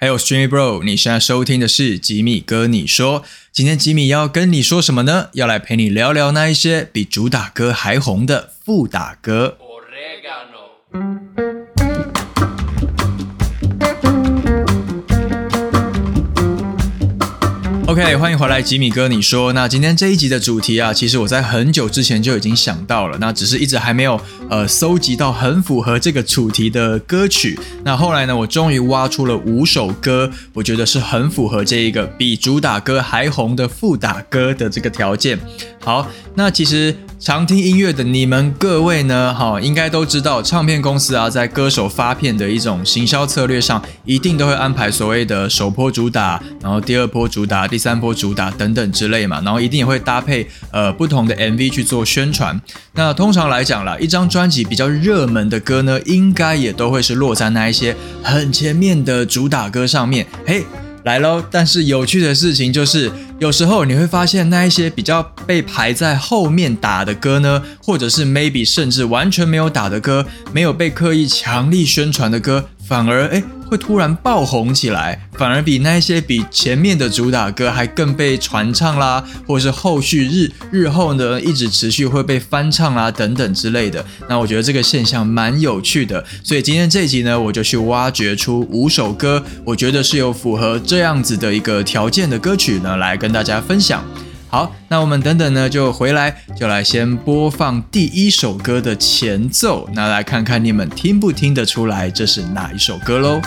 还有 Streamy Bro， 你现在收听的是吉米哥你说。今天吉米要跟你说什么呢？要来陪你聊聊那一些比主打歌还红的副打歌。OK， 欢迎回来吉米哥你说。那今天这一集的主题啊，其实我在很久之前就已经想到了，那只是一直还没有搜集到很符合这个主题的歌曲。那后来呢，我终于挖出了5首歌，我觉得是很符合这一个比主打歌还红的副打歌的这个条件。好，那其实常听音乐的你们各位呢，应该都知道唱片公司啊，在歌手发片的一种行销策略上，一定都会安排所谓的首波主打，然后第2波主打，第3波主打等等之类嘛，然后一定也会搭配不同的 MV 去做宣传。那通常来讲啦，一张专辑比较热门的歌呢，应该也都会是落在那一些很前面的主打歌上面。嘿，来咯，但是有趣的事情就是，有时候你会发现那一些比较被排在后面打的歌呢，或者是 maybe 甚至完全没有打的歌，没有被刻意强力宣传的歌，反而会突然爆红起来，反而比那一些比前面的主打歌还更被传唱啦，或是后续日后呢一直持续会被翻唱啦等等之类的。那我觉得这个现象蛮有趣的，所以今天这一集呢，我就去挖掘出5首歌，我觉得是有符合这样子的一个条件的歌曲呢，来跟大家分享。好，那我们等等呢就回来，就来先播放第1首歌的前奏，那来看看你们听不听得出来这是哪一首歌咯。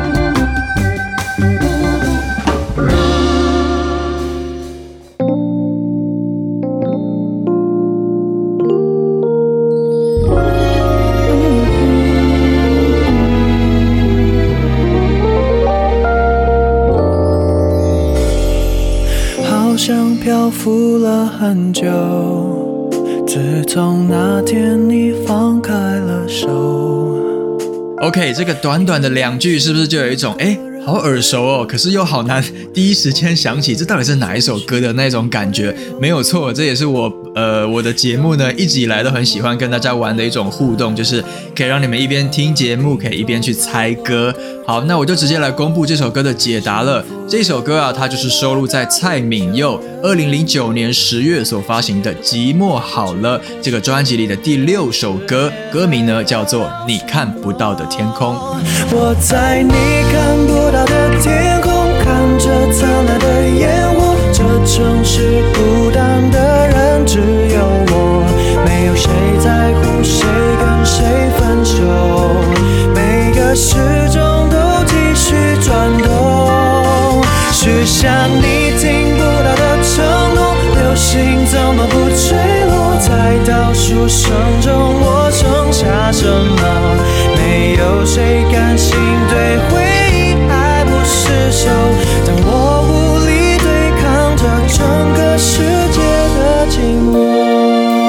漂浮了很久，自从那天你放开了手。 OK， 这个短短的2句是不是就有一种好耳熟哦，可是又好难第一时间想起这到底是哪一首歌的那种感觉。没有错，这也是我的节目呢一直以来都很喜欢跟大家玩的一种互动，就是可以让你们一边听节目，可以一边去猜歌。好，那我就直接来公布这首歌的解答了。这首歌啊，它就是收录在蔡旻佑2009年10月所发行的《寂寞好了》这个专辑里的第6首歌，歌名呢叫做《你看不到的天空》。 我在你看不到的天空，看着灿烂的烟火，这城市孤单的人只有我，没有谁在乎谁跟谁分手，每个时钟都继续转动，许下你听不到的承诺，流星怎么不坠落，在倒数声中我剩下什么，没有谁甘心对回忆爱不释手，当我无力对抗着整个世界的寂寞。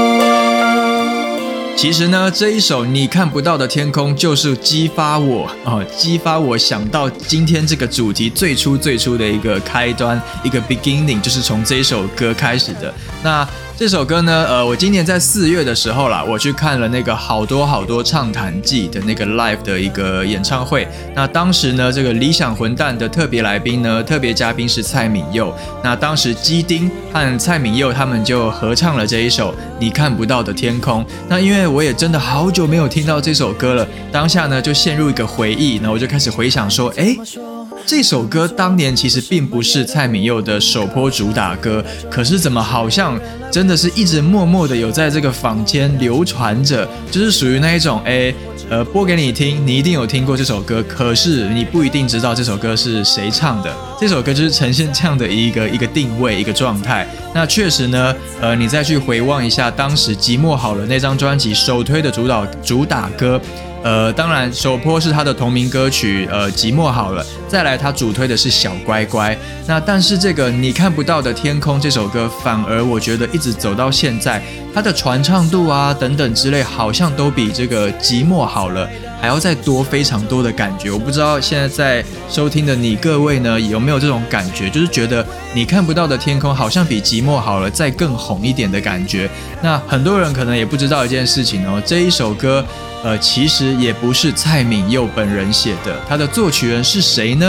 其实呢，这一首你看不到的天空就是激发我想到今天这个主题最初的一个开端，一个 beginning， 就是从这一首歌开始的。那这首歌呢，我今年在4月的时候啦，我去看了那个好多畅谈季的那个 live 的一个演唱会。那当时呢，这个理想混蛋的特别来宾呢，特别嘉宾是蔡旻佑。那当时基丁和蔡旻佑他们就合唱了这一首《你看不到的天空》。那因为我也真的好久没有听到这首歌了，当下呢就陷入一个回忆，然后我就开始回想说，这首歌当年其实并不是蔡旻佑的首波主打歌，可是怎么好像真的是一直默默的有在这个坊间流传着，就是属于那一种播给你听，你一定有听过这首歌，可是你不一定知道这首歌是谁唱的。这首歌就是呈现这样的一个定位，一个状态。那确实呢，你再去回望一下当时《寂寞好了》那张专辑首推的主打歌。当然首波是他的同名歌曲寂寞好了，再来他主推的是小乖乖。那但是这个你看不到的天空这首歌，反而我觉得一直走到现在，它的传唱度啊等等之类，好像都比这个寂寞好了还要再多非常多的感觉。我不知道现在在收听的你各位呢，有没有这种感觉，就是觉得你看不到的天空好像比寂寞好了再更红一点的感觉。那很多人可能也不知道一件事情哦，这一首歌其实也不是蔡旻佑本人写的，他的作曲人是谁呢？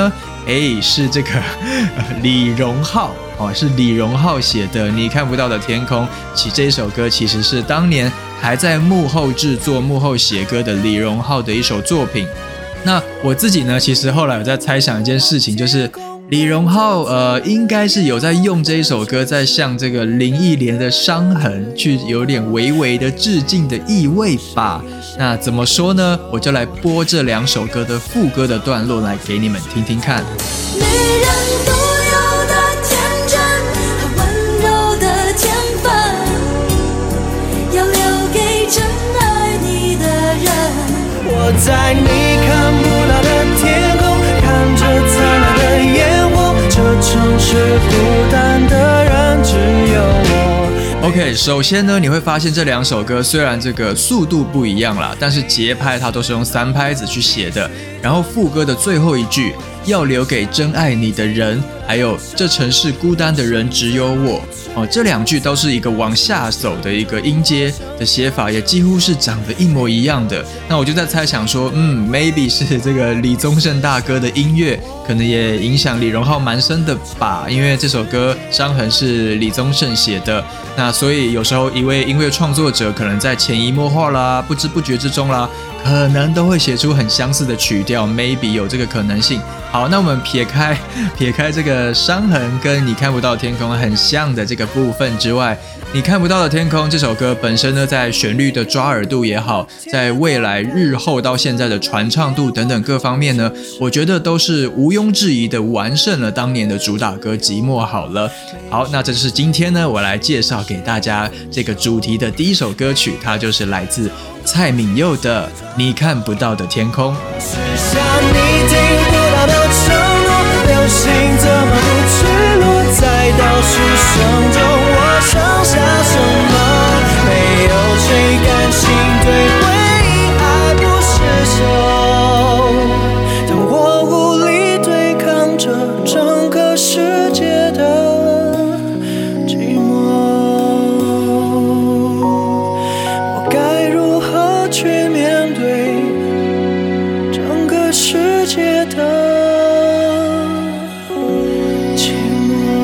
是这个李荣浩是李荣浩写的《你看不到的天空》。这首歌其实是当年还在幕后制作、幕后写歌的李荣浩的一首作品。那我自己呢，其实后来有在猜想一件事情，就是李荣浩应该是有在用这一首歌在向这个林忆莲的伤痕去有点微微的致敬的意味吧。那怎么说呢？我就来播这2首歌的副歌的段落来给你们听听看。 女人独有的天真和温柔的天分，要留给真爱你的人。 我在你看不到的天空，看着灿烂的烟火，这城市孤单的人只有我。 OK， 首先呢，你会发现这2首歌虽然这个速度不一样啦，但是节拍它都是用3拍子去写的。然后副歌的最后一句“要留给真爱你的人”，还有“这城市孤单的人只有我”，这2句都是一个往下走的一个音阶的写法，也几乎是长得一模一样的。那我就在猜想说，maybe 是这个李宗盛大哥的音乐可能也影响李荣浩蛮深的吧，因为这首歌《伤痕》是李宗盛写的。那所以有时候一位音乐创作者可能在潜移默化啦、不知不觉之中啦，可能都会写出很相似的曲调 ，maybe 有这个可能性。好，那我们撇开这个伤痕跟你看不到的天空很像的这个部分之外，你看不到的天空这首歌本身呢，在旋律的抓耳度也好，在未来日后到现在的传唱度等等各方面呢，我觉得都是毋庸置疑的完胜了当年的主打歌《寂寞好了》。好，那这是今天呢，我来介绍给大家这个主题的第1首歌曲，它就是来自蔡旻佑的《你看不到的天空》。 许下你听不到的承诺，流星怎么不坠落在倒数声中，我剩下什么？没有谁甘心对回忆爱不释手，当我无力对抗着整个世界的寂寞，我该如何去面对整个世界的寂寞？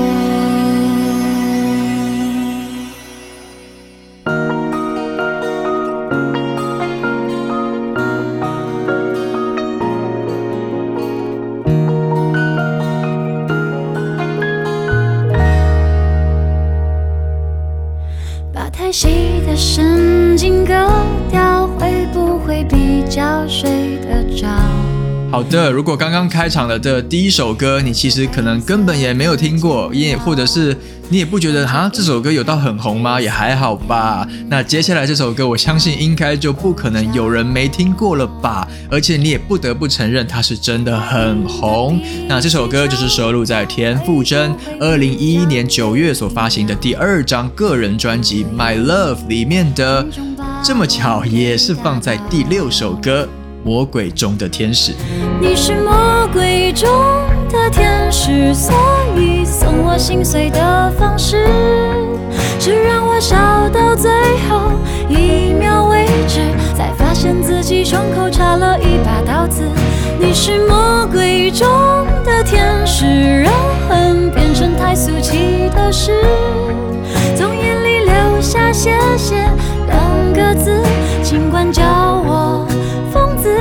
把太细的神经割掉，会不会比较睡得着？ 好的，如果刚刚开场的这第1首歌，你其实可能根本也没有听过，或者是你也不觉得这首歌有到很红吗？也还好吧。那接下来这首歌，我相信应该就不可能有人没听过了吧，而且你也不得不承认它是真的很红。那这首歌就是收录在田馥甄2011年9月所发行的第2张个人专辑《My Love》里面的，这么巧也是放在第6首歌魔鬼中的天使。 你是魔鬼中的天使，所以送我心碎的方式是让我笑到最后1秒为止，才发现自己胸口插了一把刀子。你是魔鬼中的天使，让恨变成太俗气的事，从眼里流下谢谢2个字，尽管叫我疯子，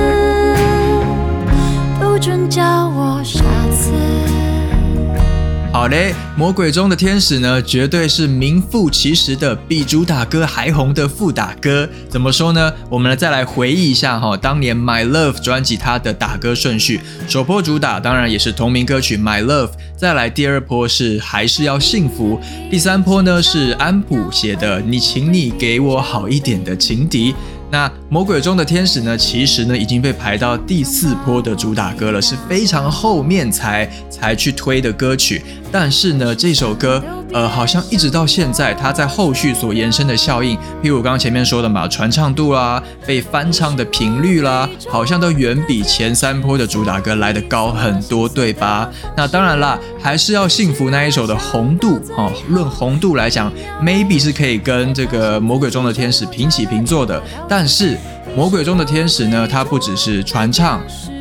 不准叫我傻子。 好嘞，魔鬼中的天使呢，绝对是名副其实的比主打歌还红的副打歌。怎么说呢？我们再来回忆一下当年 My Love 专辑它的打歌顺序，首波主打当然也是同名歌曲 My Love， 再来第2波是还是要幸福，第3波呢是安普写的你请你给我好一点的情敌。那魔鬼中的天使呢，其实呢已经被排到第4波的主打歌了，是非常后面才去推的歌曲。但是呢，这首歌好像一直到现在，它在后续所延伸的效应，譬如我刚刚前面说的嘛，传唱度啦，被翻唱的频率啦，好像都远比前3波的主打歌来得高很多，对吧？那当然啦，还是要幸福那一首的红度论红度来讲 ，maybe 是可以跟这个魔鬼中的天使平起平坐的。但是魔鬼中的天使呢，它不只是传唱、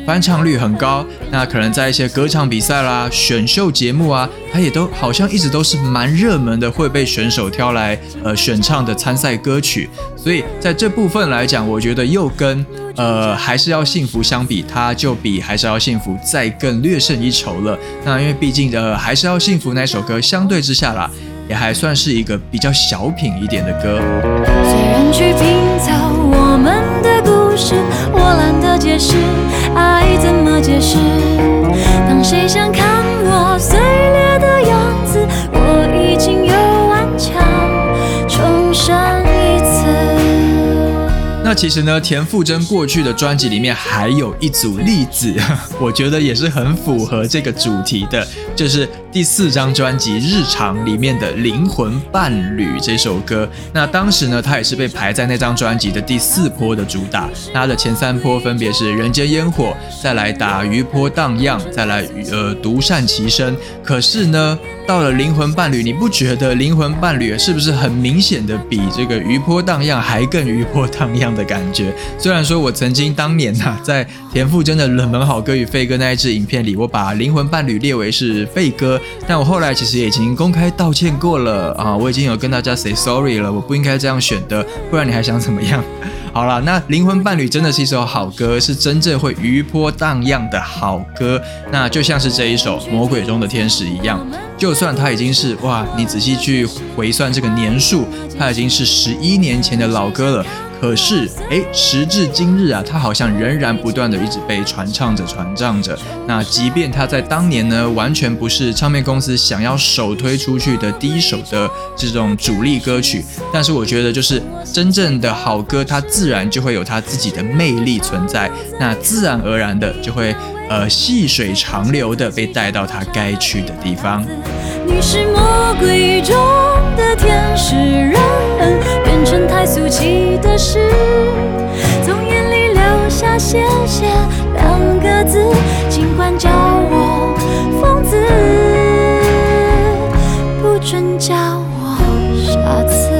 翻唱率很高，那可能在一些歌唱比赛啦、选秀节目啊，它也都好像一直都是蛮热门的，会被选手挑来选唱的参赛歌曲。所以在这部分来讲，我觉得又跟还是要幸福相比，它就比还是要幸福再更略胜一筹了。那因为毕竟还是要幸福那首歌相对之下啦，也还算是一个比较小品一点的歌。 虽然去拼凑我们的故事，我懒得解释爱怎么解释。当谁想看我碎裂的样子，我已经有顽强重生一次。 那其实呢，田馥甄过去的专辑里面还有一组例子，我觉得也是很符合这个主题的，就是第4张专辑《日常》里面的《灵魂伴侣》这首歌。那当时呢，它也是被排在那张专辑的第4波的主打。它的前3波分别是《人间烟火》，再来《打余波荡漾》，再来独善其身。可是呢，到了《灵魂伴侣》，你不觉得《灵魂伴侣》是不是很明显的比这个《余波荡漾》还更余波荡漾的感觉？虽然说我曾经当年在田馥甄的冷门好歌与废歌那一支影片里，我把《灵魂伴侣》列为是废歌，但我后来其实也已经公开道歉过了啊，我已经有跟大家 say sorry 了，我不应该这样选的，不然你还想怎么样？好啦，那《灵魂伴侣》真的是一首好歌，是真正会余波荡漾的好歌。那就像是这一首《魔鬼中的天使》一样，就算它已经是你仔细去回算这个年数，它已经是11年前的老歌了。可是，时至今日啊，它好像仍然不断的一直被传唱着。那即便它在当年呢，完全不是唱片公司想要首推出去的第一首的这种主力歌曲，但是我觉得就是真正的好歌，它自然就会有它自己的魅力存在，那自然而然的就会细水长流的被带到它该去的地方。 你是魔鬼中的天使，人变成太俗气的事，从眼里流下谢谢2个字，尽管叫我疯子，不准叫我傻子。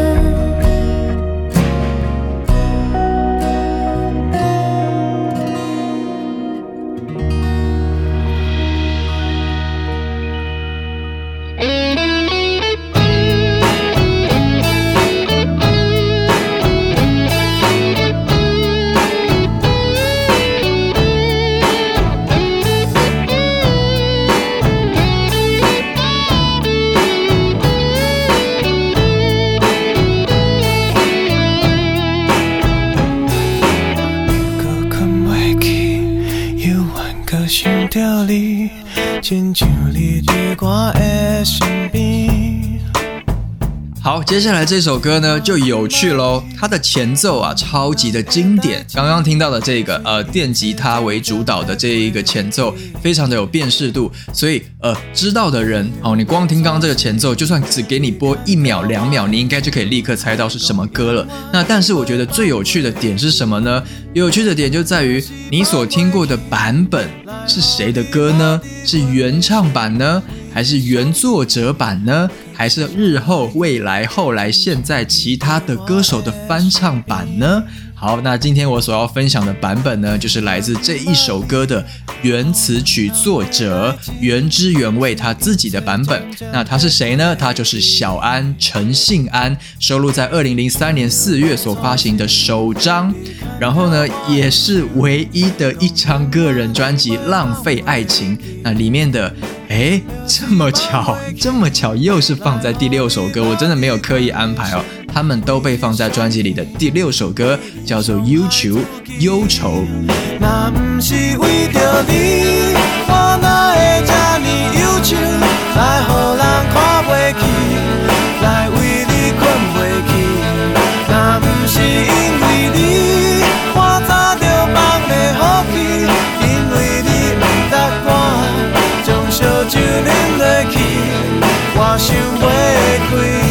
好，接下来这首歌呢就有趣咯，它的前奏啊超级的经典，刚刚听到的这个电吉他为主导的这一个前奏非常的有辨识度，所以知道的人你光听刚刚这个前奏，就算只给你播1秒2秒，你应该就可以立刻猜到是什么歌了。那但是我觉得最有趣的点是什么呢？有趣的点就在于你所听过的版本是谁的歌呢？是原唱版呢？还是原作者版呢？还是日后、未来、后来、现在其他的歌手的翻唱版呢？好，那今天我所要分享的版本呢，就是来自这一首歌的原词曲作者原汁原味他自己的版本。那他是谁呢？他就是小安陈信安，收录在2003年4月所发行的首张，然后呢也是唯一的一张个人专辑《浪费爱情》。那里面的这么巧又是放在第6首歌，我真的没有刻意安排他们都被放在专辑里的第6首歌，叫做忧愁。忧愁。 若不是为着你，我哪会这么忧愁，来予人看袂起，来为你困袂去。若不是因为你，我早就放袂好去，因为你不答我，将烧酒啉落去，我想袂开。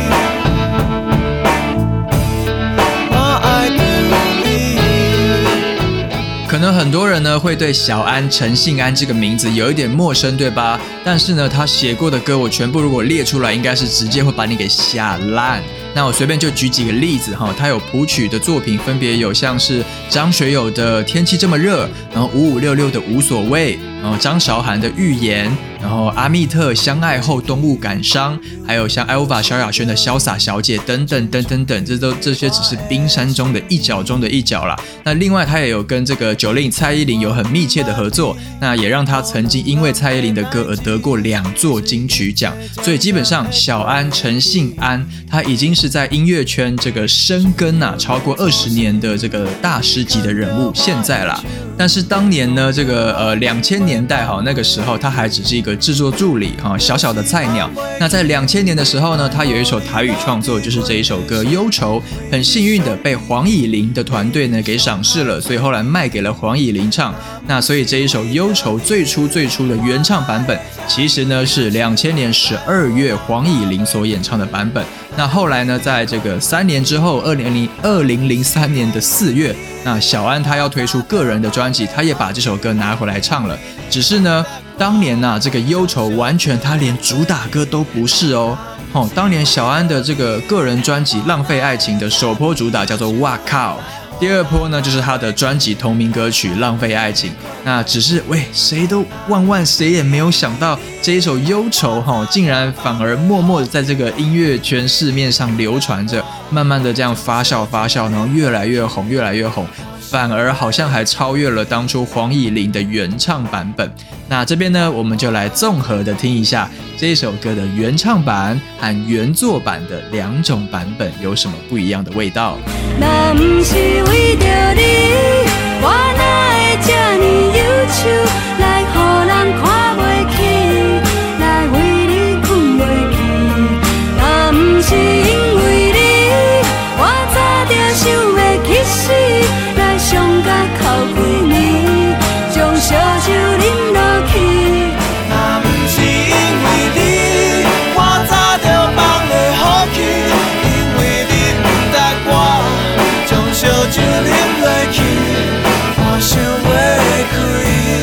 可能很多人呢会对小安陈信安这个名字有一点陌生，对吧？但是呢，他写过的歌我全部如果列出来，应该是直接会把你给吓烂。 那我随便就举几个例子哈，他有谱曲的作品，分别有像是张学友的《天气这么热》，然后5566的《无所谓》，然后张韶涵的《预言》，然后阿密特《相爱后动物感伤》，还有像 Elva 萧亚轩的《潇洒小姐》等等等等等，这些只是冰山中的一角中的一角啦。那另外他也有跟这个90蔡依林有很密切的合作，那也让他曾经因为蔡依林的歌而得过2座金曲奖。所以基本上小安陈信安他已经是在音乐圈这个深耕超过20年的这个大师级的人物现在啦。但是当年呢，这个2000年代那个时候他还只是一个制作助理小小的菜鸟。那在2000年的时候呢，他有一首台语创作，就是这一首歌《忧愁》，很幸运的被黄以玲的团队呢给赏识了，所以后来卖给了黄以玲唱。那所以这一首《忧愁》最初的原唱版本，其实呢是2000年12月黄以玲所演唱的版本。那后来呢，在这个3年之后，2003年的4月，那小安他要推出个人的专辑，他也把这首歌拿回来唱了。只是呢，当年这个忧愁完全他连主打歌都不是哦。当年小安的这个个人专辑《浪费爱情》的首波主打叫做哇靠，第二波呢就是他的专辑同名歌曲《浪费爱情》。那只是谁也没有想到这一首忧愁竟然反而默默的在这个音乐圈市面上流传着，慢慢的这样发酵，然后越来越红，反而好像还超越了当初黄以玲的原唱版本。那这边呢，我们就来综合的听一下这一首歌的原唱版和原作版的2种版本有什么不一样的味道。 若不是为着你，我哪会这呢忧愁，来予人看袂起，来为你困袂去。若不是因为你，我早就想要去死，来伤甲哭几年，将烧酒饮落去。 若不是因为你，我早就放了雨去，因为你不答我，将烧酒饮落去，我想袂开。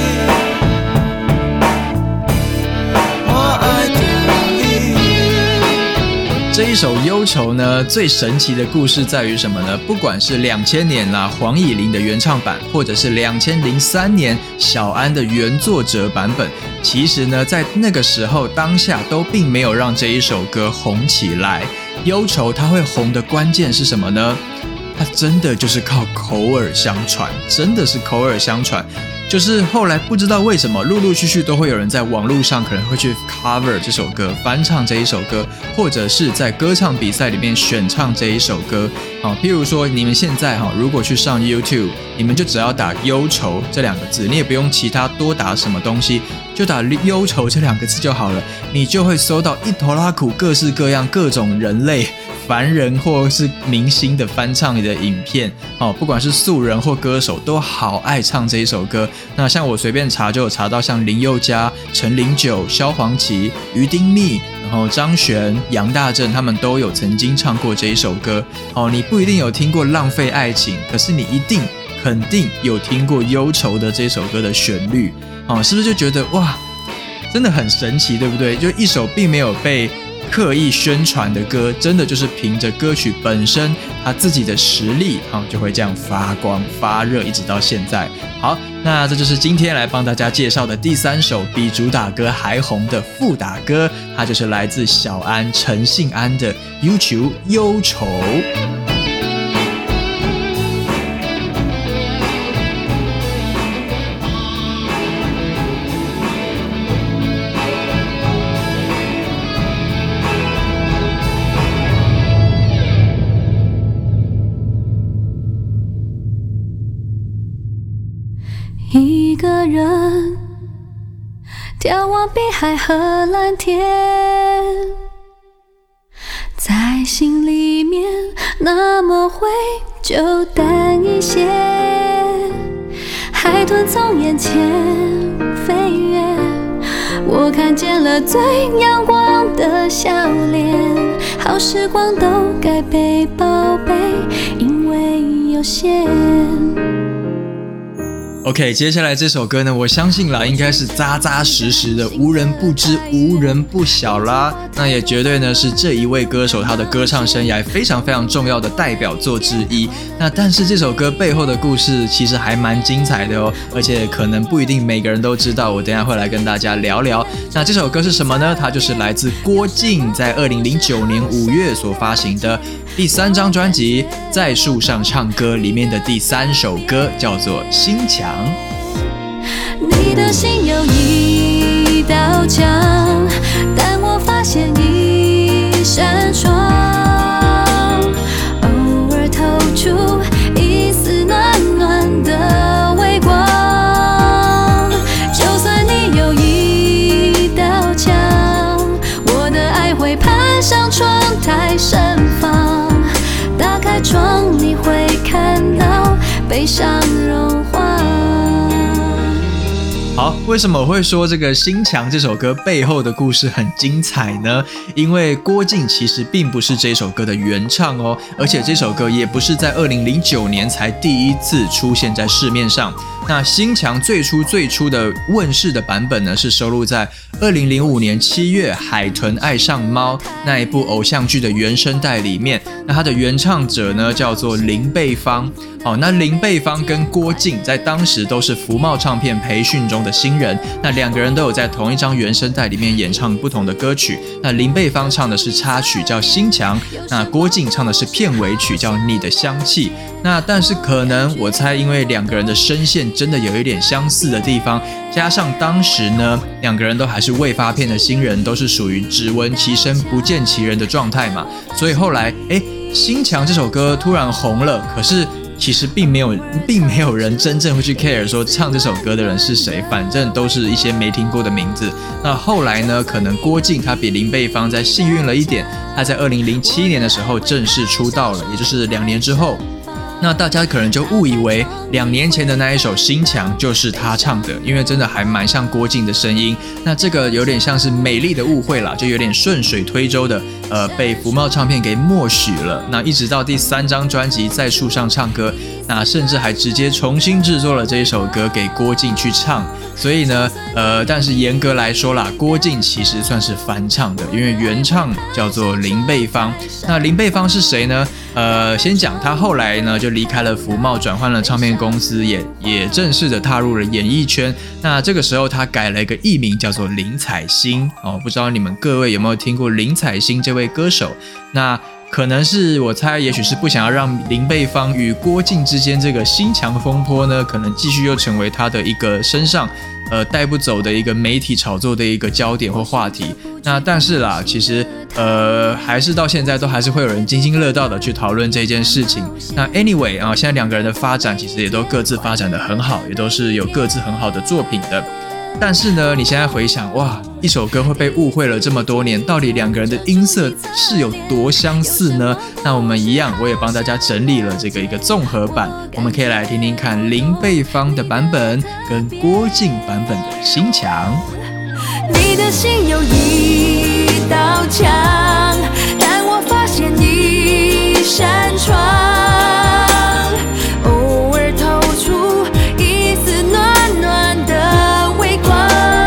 这一首忧愁呢，最神奇的故事在于什么呢？不管是2000年黄以玲的原唱版，或者是2003年小安的原作者版本，其实呢在那个时候当下都并没有让这一首歌红起来。忧愁它会红的关键是什么呢？它真的就是靠口耳相传，真的是口耳相传。就是后来不知道为什么，陆陆续续都会有人在网络上可能会去 cover 这首歌，翻唱这一首歌，或者是在歌唱比赛里面选唱这一首歌。譬如说你们现在如果去上 YouTube， 你们就只要打忧愁这2个字，你也不用其他多打什么东西，就打忧愁这2个字就好了，你就会搜到一头拉苦各式各样各种人类凡人或是明星的翻唱的影片不管是素人或歌手都好爱唱这一首歌。那像我随便查就有查到像林宥嘉、陈零九、萧煌奇、于丁密，然后张悬、杨大正他们都有曾经唱过这一首歌你不一定有听过《浪费爱情》，可是你肯定有听过忧愁的这首歌的旋律是不是就觉得哇真的很神奇，对不对？就一首并没有被刻意宣传的歌，真的就是凭着歌曲本身它自己的实力就会这样发光发热，一直到现在。好，那这就是今天来帮大家介绍的第3首比主打歌还红的副打歌，它就是来自小安陈信安的《忧愁》。 一个人眺望碧海和蓝天，在心里面那么会就淡一些。海豚从眼前飞越，我看见了最阳光的笑脸。好时光都该被宝贝，因为有限。 OK， 接下来这首歌呢，我相信啦，应该是扎扎实实的，无人不知，无人不晓啦。那也绝对呢是这一位歌手他的歌唱生涯非常非常重要的代表作之一。那但是这首歌背后的故事其实还蛮精彩的哦，而且可能不一定每个人都知道。我等一下会来跟大家聊聊。那这首歌是什么呢？它就是来自郭静在2009年5月所发行的第3张专辑《在树上唱歌》里面的第3首歌，叫做《心墙》。 你的心有一道墙，但我发现一扇窗，偶尔透出一丝暖暖的微光。就算你有一道墙，我的爱会攀上窗台盛放。打开窗，你会看到悲伤融化。 好，为什么我会说这个《心墙》这首歌背后的故事很精彩呢？因为郭静其实并不是这首歌的原唱哦，而且这首歌也不是在2009年才第一次出现在市面上。那《心墙》最初的问世的版本呢，是收录在2005年7月《海豚爱上猫》那一部偶像剧的原声带里面。那它的原唱者呢叫做林贝芳。那林贝芳跟郭静在当时都是福茂唱片培训中的新人，那2个人都有在同一张原声带里面演唱不同的歌曲。那林贝芳唱的是插曲叫《心墙》，那郭静唱的是片尾曲叫《你的香气》。那但是可能我猜，因为2个人的声线真的有一点相似的地方，加上当时呢2个人都还是未发片的新人，都是属于只闻其声不见其人的状态嘛，所以后来《心墙》这首歌突然红了，可是其实并没有人真正会去 care 说唱这首歌的人是谁，反正都是一些没听过的名字。那后来呢，可能郭静他比林贝芳再幸运了一点，他在2007年的时候正式出道了，也就是2年之后。那大家可能就误以为2年前的那一首《心墙》就是他唱的，因为真的还蛮像郭静的声音。那这个有点像是美丽的误会啦，就有点顺水推舟的，被福茂唱片给默许了。那一直到第3张专辑《在树上唱歌》，那甚至还直接重新制作了这一首歌给郭静去唱。所以呢，但是严格来说啦，郭静其实算是翻唱的，因为原唱叫做林贝芳。那林贝芳是谁呢？先讲他后来呢就离开了福茂，转换了唱片公司，也正式的踏入了演艺圈。那这个时候他改了一个艺名，叫做林采欣。不知道你们各位有没有听过林采欣这位歌手？那可能是我猜，也许是不想要让林贝芳与郭静之间这个心墙风波呢，可能继续又成为他的一个身上带不走的一个媒体炒作的一个焦点或话题。那但是啦，其实还是到现在都还是会有人津津乐道的去讨论这件事情。那 anyway 现在2个人的发展其实也都各自发展得很好，也都是有各自很好的作品的。但是呢，你现在回想，哇，一首歌会被误会了这么多年，到底2个人的音色是有多相似呢？那我们一样，我也帮大家整理了这个一个综合版，我们可以来听听看林贝芳的版本跟郭静版本的《心墙》。 你的心有一道墙，但我发现一扇窗，偶尔透出一丝暖暖的微光。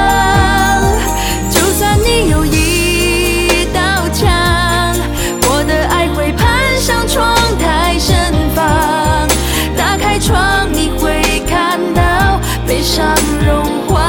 就算你有一道墙，我的爱会攀上窗台盛放。打开窗，你会看到悲伤融化。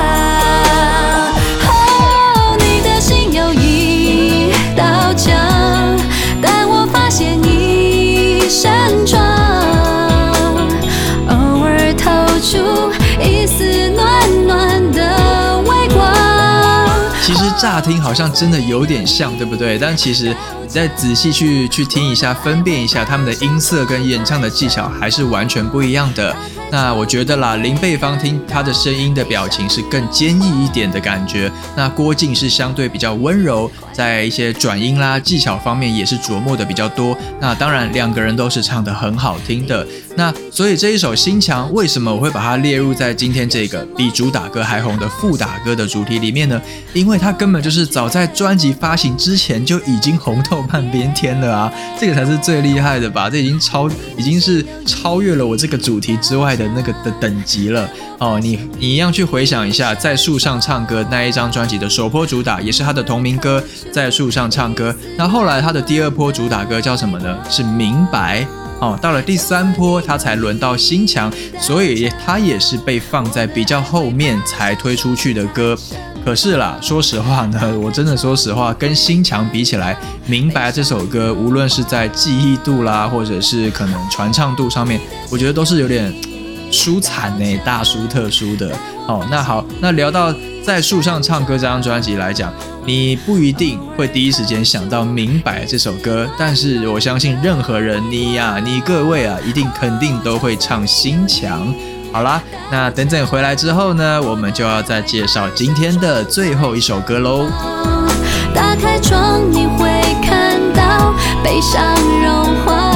其实乍听好像真的有点像，对不对？但其实你再仔细去听一下，分辨一下他们的音色跟演唱的技巧还是完全不一样的。那我觉得啦，林贝芳听他的声音的表情是更坚毅一点的感觉，那郭静是相对比较温柔，在一些转音啦技巧方面也是琢磨的比较多。那当然2个人都是唱得很好听的。 那所以这一首心墙为什么我会把它列入在今天这个比主打歌还红的副打歌的主题里面呢？因为它根本就是早在专辑发行之前就已经红透半边天了啊，这个才是最厉害的吧？这已经是超越了我这个主题之外的那个的等级了哦。你一样去回想一下，在树上唱歌那一张专辑的首波主打也是他的同名歌，在树上唱歌。那后来他的第二波主打歌叫什么呢？是明白。哦，到了第三波，他才轮到心墙，所以他也是被放在比较后面才推出去的歌。可是啦，说实话呢，我真的说实话，跟心墙比起来，明白这首歌，无论是在记忆度啦，或者是可能传唱度上面，我觉得都是有点输惨欸，大输特输的。哦，那好，那聊到在树上唱歌这张专辑来讲，你不一定会第一时间想到明白这首歌，但是我相信任何人，你各位啊，一定肯定都会唱心墙。好啦，那等等回来之后呢，我们就要再介绍今天的最后一首歌咯。 打开窗你会看到悲伤融化，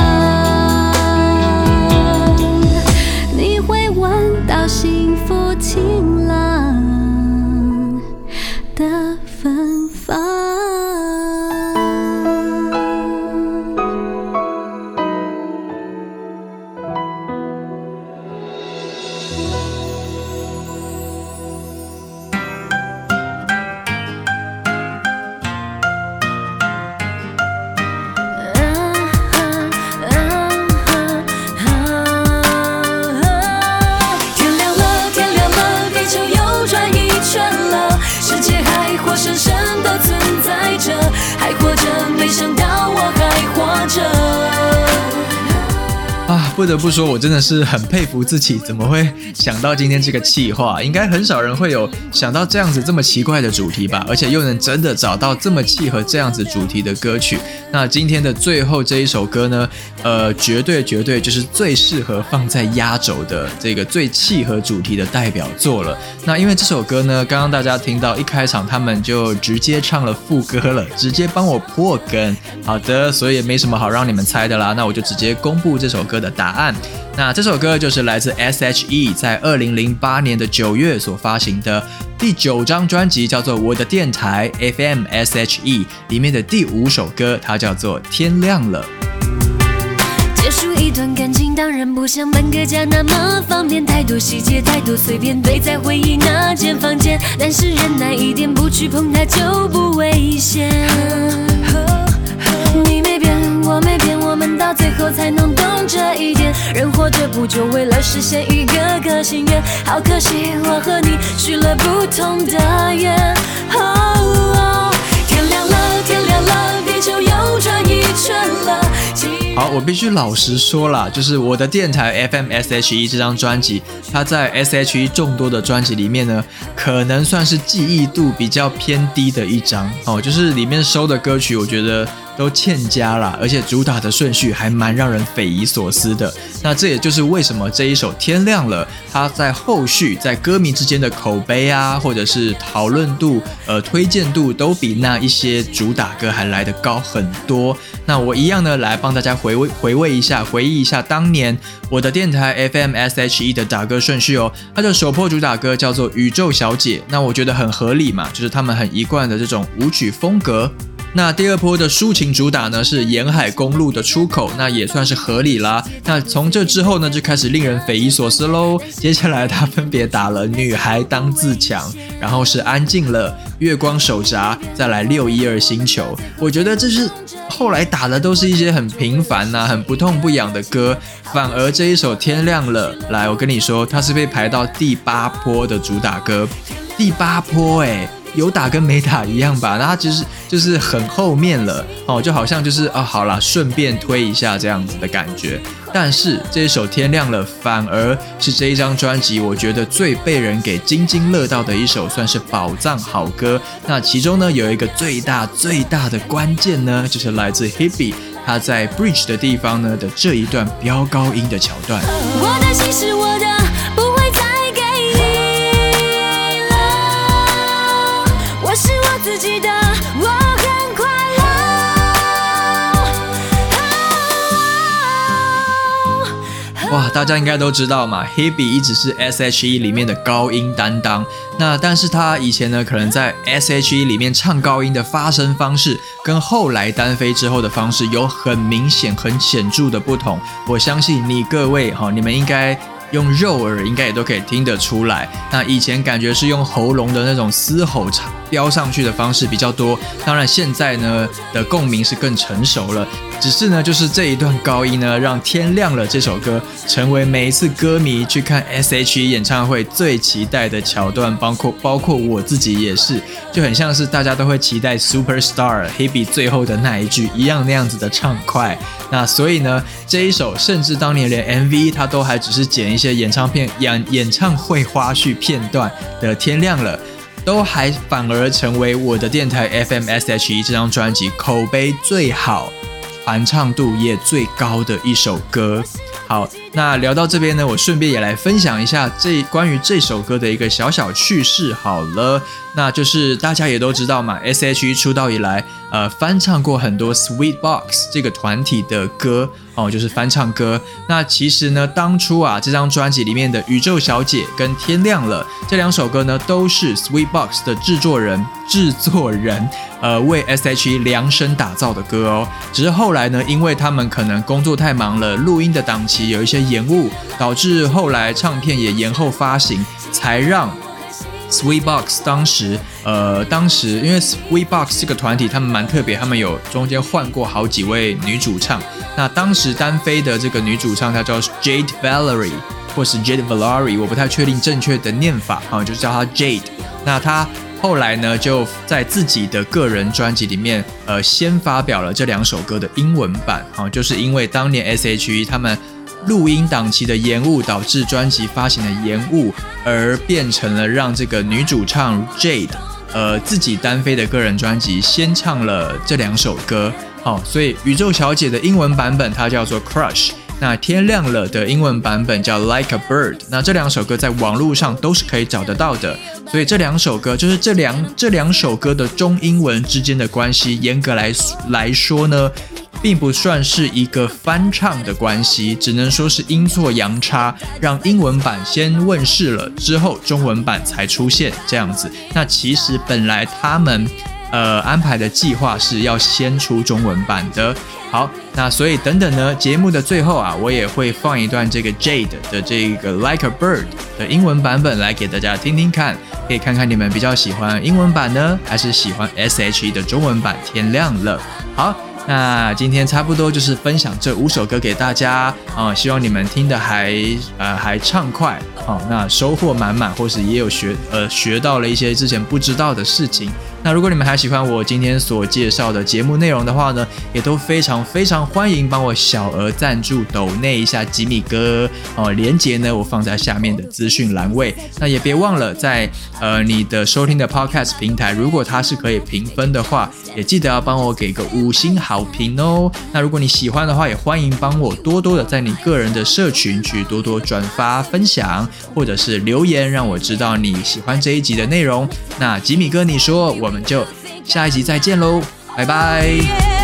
你会闻到幸福晴朗的芬芳。 不得不说，我真的是很佩服自己，怎么会想到今天这个企划？应该很少人会有想到这样子这么奇怪的主题吧，而且又能真的找到这么契合这样子主题的歌曲。那今天的最后这一首歌呢，绝对就是最适合放在压轴的这个最契合主题的代表作了。那因为这首歌呢，刚刚大家听到一开场他们就直接唱了副歌了，直接帮我破梗。好的，所以也没什么好让你们猜的啦，那我就直接公布这首歌的答案。那这首歌就是来自 S.H.E 在2008年的9月所发行的第9张专辑，叫做《我的电台 FM S.H.E》里面的第5首歌，它叫做《天亮了》。 结束一段感情当然不像搬个家那么方便，太多细节太多碎片堆在回忆那间房间，但是忍耐一点不去碰它就不危险。你没变我没变，我们到最后才能懂这一点，人活着不就为了实现一个个心愿，好可惜我和你许了不同的愿。天亮了天亮了，地球又转一圈了。 好，我必须老实说啦，就是我的电台 FM S.H.E 这张专辑，它在 S.H.E 众多的专辑里面呢，可能算是记忆度比较偏低的一张哦，就是里面收的歌曲，我觉得都欠佳啦，而且主打的顺序还蛮让人匪夷所思的。那这也就是为什么这一首《天亮了》，它在后续在歌迷之间的口碑啊，或者是讨论度、推荐度，都比那一些主打歌还来得高很多。那我一样呢，来帮大家回忆一下当年我的电台 FM S.H.E 的打歌顺序哦。它的首波主打歌叫做《宇宙小姐》，那我觉得很合理嘛，就是他们很一贯的这种舞曲风格。那第二波的抒情主打呢是沿海公路的出口，那也算是合理啦。那从这之后呢，就开始令人匪夷所思咯。接下来他分别打了女孩当自强，然后是安静了，月光手札，再来612星球。我觉得这是后来打的都是一些很平凡啊，很不痛不痒的歌，反而这一首天亮了，来我跟你说，它是被排到第8波的主打歌。第8波有打跟没打一样吧，那它就是很后面了哦，就好像就是好啦，顺便推一下这样子的感觉。但是这一首天亮了，反而是这一张专辑我觉得最被人给津津乐道的一首，算是宝藏好歌。那其中呢有一个最大的关键呢，就是来自 Hebe 他在 Bridge 的地方呢的这一段飙高音的桥段。 我的心是我的，不会再给你了，我是我自己的，我很快乐。 哇， 大家应该都知道嘛 Hebe 一直是 S.H.E 里面的高音担当，那但是他以前呢可能在 S.H.E 里面唱高音的发声方式跟后来单飞之后的方式有很明显很显著的不同，我相信各位你们应该用肉耳应该也都可以听得出来，那以前感觉是用喉咙的那种嘶吼飙上去的方式比较多，当然现在呢的共鸣是更成熟了，只是呢就是这一段高音呢让天亮了这首歌成为每一次歌迷去看 S.H.E 演唱会最期待的桥段，包括我自己也是，就很像是大家都会期待 Superstar Hebe 最后的那一句一样那样子的畅快，那所以呢这一首甚至当年连 MV 它都还只是剪一些演唱会花絮片段的天亮了，都还反而成为我的电台 FM S.H.E 这张专辑口碑最好传唱度也最高的一首歌。好，那聊到这边呢，我顺便也来分享一下关于这首歌的一个小小趣事好了，那就是大家也都知道嘛 S.H.E 出道以来翻唱过很多 Sweetbox 这个团体的歌就是翻唱歌，那其实呢当初这张专辑里面的宇宙小姐跟天亮了这两首歌呢都是 Sweetbox 的制作人为 S.H.E 量身打造的歌只是后来呢因为他们可能工作太忙了，录音的档期有一些延误，导致后来唱片也延后发行，才让Sweetbox 当时因为 Sweetbox 这个团体他们蛮特别，他们有中间换过好几位女主唱，那当时单飞的这个女主唱她叫 Jade Valerie 或是 Jade Valerie 我不太确定正确的念法就叫她 Jade， 那她后来呢就在自己的个人专辑里面先发表了这两首歌的英文版就是因为当年 S.H.E 他们录音档期的延误导致专辑发行的延误，而变成了让这个女主唱 Jade 自己单飞的个人专辑先唱了这两首歌所以宇宙小姐的英文版本它叫做 Crush， 那天亮了的英文版本叫 Like a Bird， 那这两首歌在网络上都是可以找得到的，所以这两首歌就是这两首歌的中英文之间的关系严格来说呢并不算是一个翻唱的关系，只能说是阴错阳差，让英文版先问世了之后中文版才出现这样子，那其实本来他们安排的计划是要先出中文版的。好，那所以等等呢，节目的最后我也会放一段这个 Jade 的这个 Like a Bird 的英文版本来给大家听听看，可以看看你们比较喜欢英文版呢，还是喜欢 S.H.E 的中文版天亮了。好，那今天差不多就是分享这5首歌给大家希望你们听得还畅快那收获满满，或是也有学到了一些之前不知道的事情。那如果你们还喜欢我今天所介绍的节目内容的话呢，也都非常非常欢迎帮我小额赞助抖内一下吉米哥连结呢我放在下面的资讯栏位。那也别忘了在你的收听的 Podcast 平台，如果它是可以评分的话，也记得要帮我给个5星好评哦。那如果你喜欢的话，也欢迎帮我多多的在你个人的社群去多多转发分享，或者是留言让我知道你喜欢这一集的内容。那吉米哥你说，我们就下一集再见喽，拜拜。